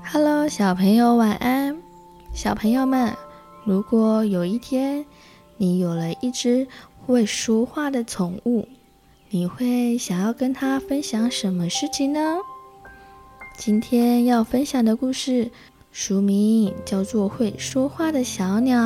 Hello， 小朋友晚安。小朋友们，如果有一天你有了一只会说话的宠物，你会想要跟它分享什么事情呢？今天要分享的故事书名叫做《会说话的小鸟》。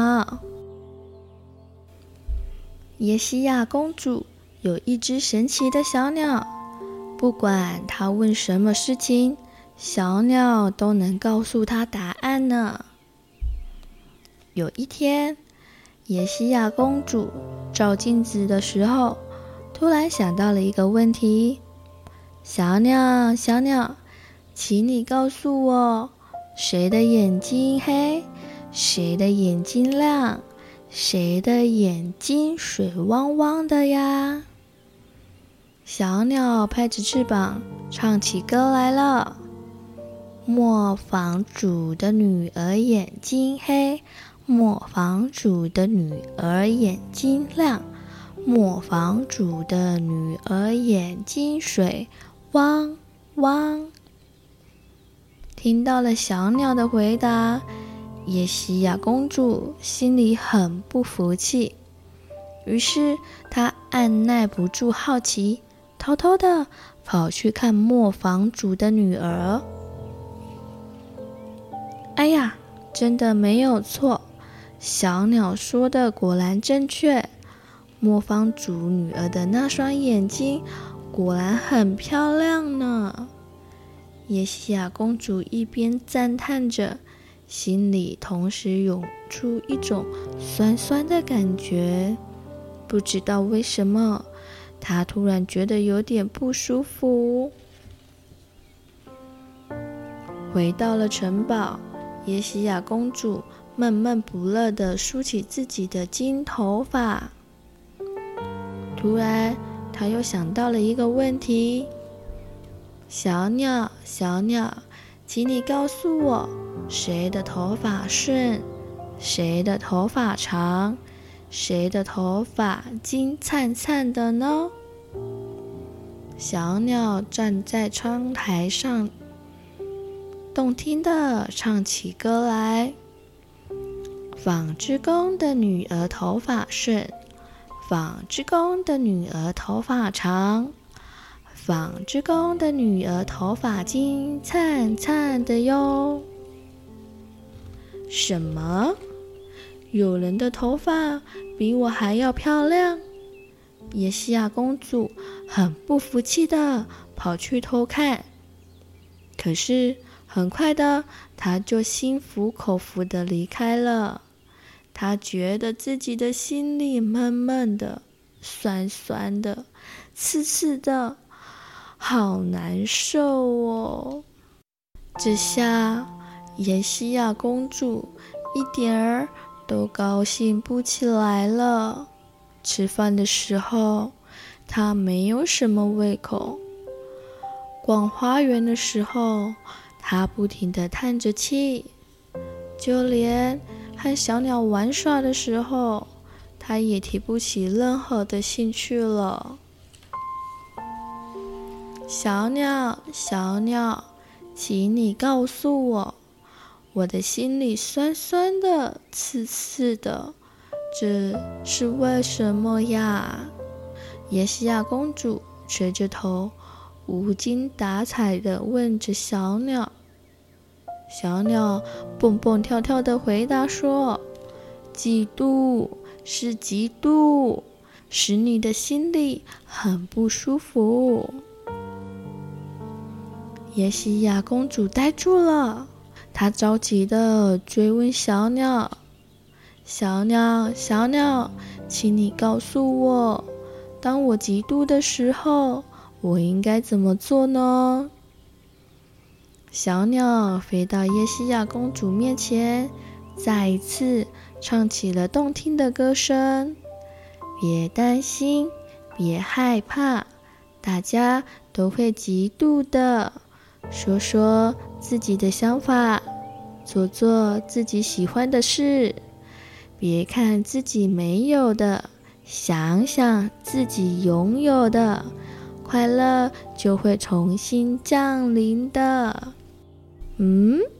耶西亚公主有一只神奇的小鸟，不管她问什么事情，小鸟都能告诉她答案呢。有一天，耶西亚公主照镜子的时候，突然想到了一个问题：小鸟，小鸟，请你告诉我，谁的眼睛黑，谁的眼睛亮，谁的眼睛水汪汪的呀？小鸟拍着翅膀，唱起歌来了。磨坊主的女儿眼睛黑，磨坊主的女儿眼睛亮，磨坊主的女儿眼睛水汪汪。听到了小鸟的回答，耶西亚公主心里很不服气，于是她按耐不住好奇，偷偷的跑去看磨坊主的女儿。哎呀，真的没有错，小鸟说的果然正确，磨坊主女儿的那双眼睛果然很漂亮呢。耶西亚公主一边赞叹着，心里同时涌出一种酸酸的感觉。不知道为什么，她突然觉得有点不舒服。回到了城堡，耶西亚公主闷闷不乐地梳起自己的金头发。突然，她又想到了一个问题：小鸟，小鸟，请你告诉我，谁的头发顺，谁的头发长，谁的头发金灿灿的呢？小鸟站在窗台上，动听地唱起歌来。纺织工的女儿头发顺，纺织工的女儿头发长，纺织工的女儿头发金灿灿的哟。什么？有人的头发比我还要漂亮？耶西亚公主很不服气的跑去偷看，可是很快的，她就心服口服的离开了。她觉得自己的心里闷闷的、酸酸的、刺刺的，好难受哦。这下耶西亚公主一点儿都高兴不起来了。吃饭的时候，她没有什么胃口。逛花园的时候，她不停地叹着气。就连和小鸟玩耍的时候，她也提不起任何的兴趣了。小鸟，小鸟，请你告诉我，我的心里酸酸的、刺刺的，这是为什么呀？耶西亚公主垂着头，无精打采地问着小鸟。小鸟蹦蹦跳跳地回答说：嫉妒，是嫉妒，使你的心里很不舒服。耶西亚公主呆住了，她着急地追问小鸟：小鸟，小鸟，请你告诉我，当我嫉妒的时候，我应该怎么做呢？小鸟飞到耶西亚公主面前，再一次唱起了动听的歌声。别担心，别害怕，大家都会嫉妒的。说说自己的想法，做做自己喜欢的事，别看自己没有的，想想自己拥有的，快乐就会重新降临的。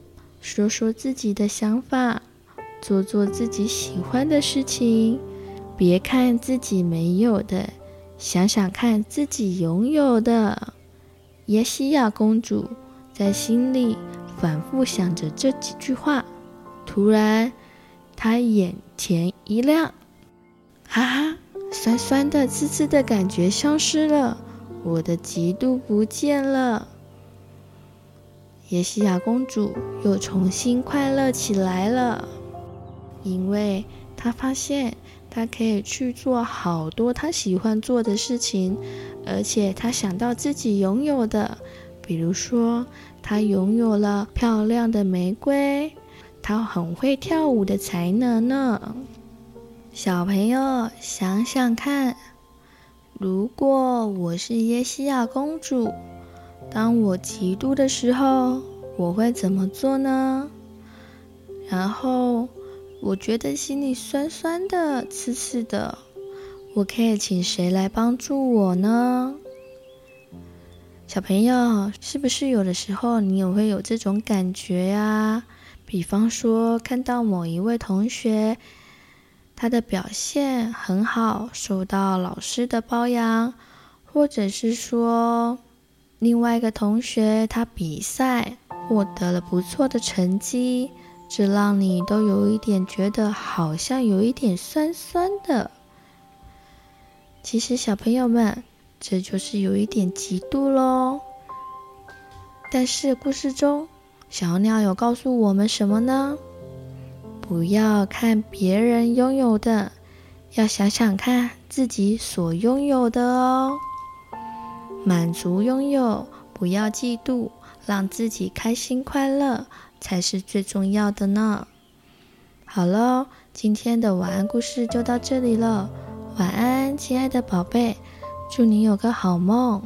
说说自己的想法，做做自己喜欢的事情，别看自己没有的，想想看自己拥有的。耶西亚公主在心里反复想着这几句话，突然她眼前一亮，哈哈，酸酸的刺刺的感觉消失了，我的嫉妒不见了。耶西亚公主又重新快乐起来了，因为她发现她可以去做好多她喜欢做的事情，而且她想到自己拥有的，比如说她拥有了漂亮的玫瑰，她很会跳舞的才能呢。小朋友想想看，如果我是耶西亚公主，当我嫉妒的时候，我会怎么做呢？然后我觉得心里酸酸的、刺刺的，我可以请谁来帮助我呢？小朋友，是不是有的时候你也会有这种感觉呀？比方说看到某一位同学，他的表现很好，受到老师的褒扬，或者是说另外一个同学他比赛获得了不错的成绩，这让你都有一点觉得好像有一点酸酸的。其实小朋友们，这就是有一点嫉妒咯。但是故事中小鸟有告诉我们什么呢？不要看别人拥有的，要想想看自己所拥有的哦。满足拥有，不要嫉妒，让自己开心快乐才是最重要的呢。好了，今天的晚安故事就到这里了，晚安，亲爱的宝贝，祝你有个好梦。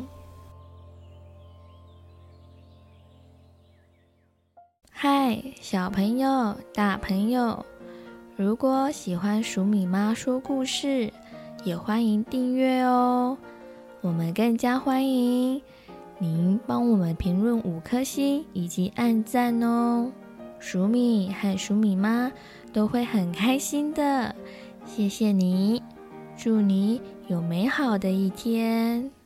嗨，小朋友、大朋友，如果喜欢黍米妈说故事，也欢迎订阅哦。我们更加欢迎您帮我们评论5颗星以及按赞哦，黍米和黍米妈都会很开心的。谢谢你，祝你有美好的一天。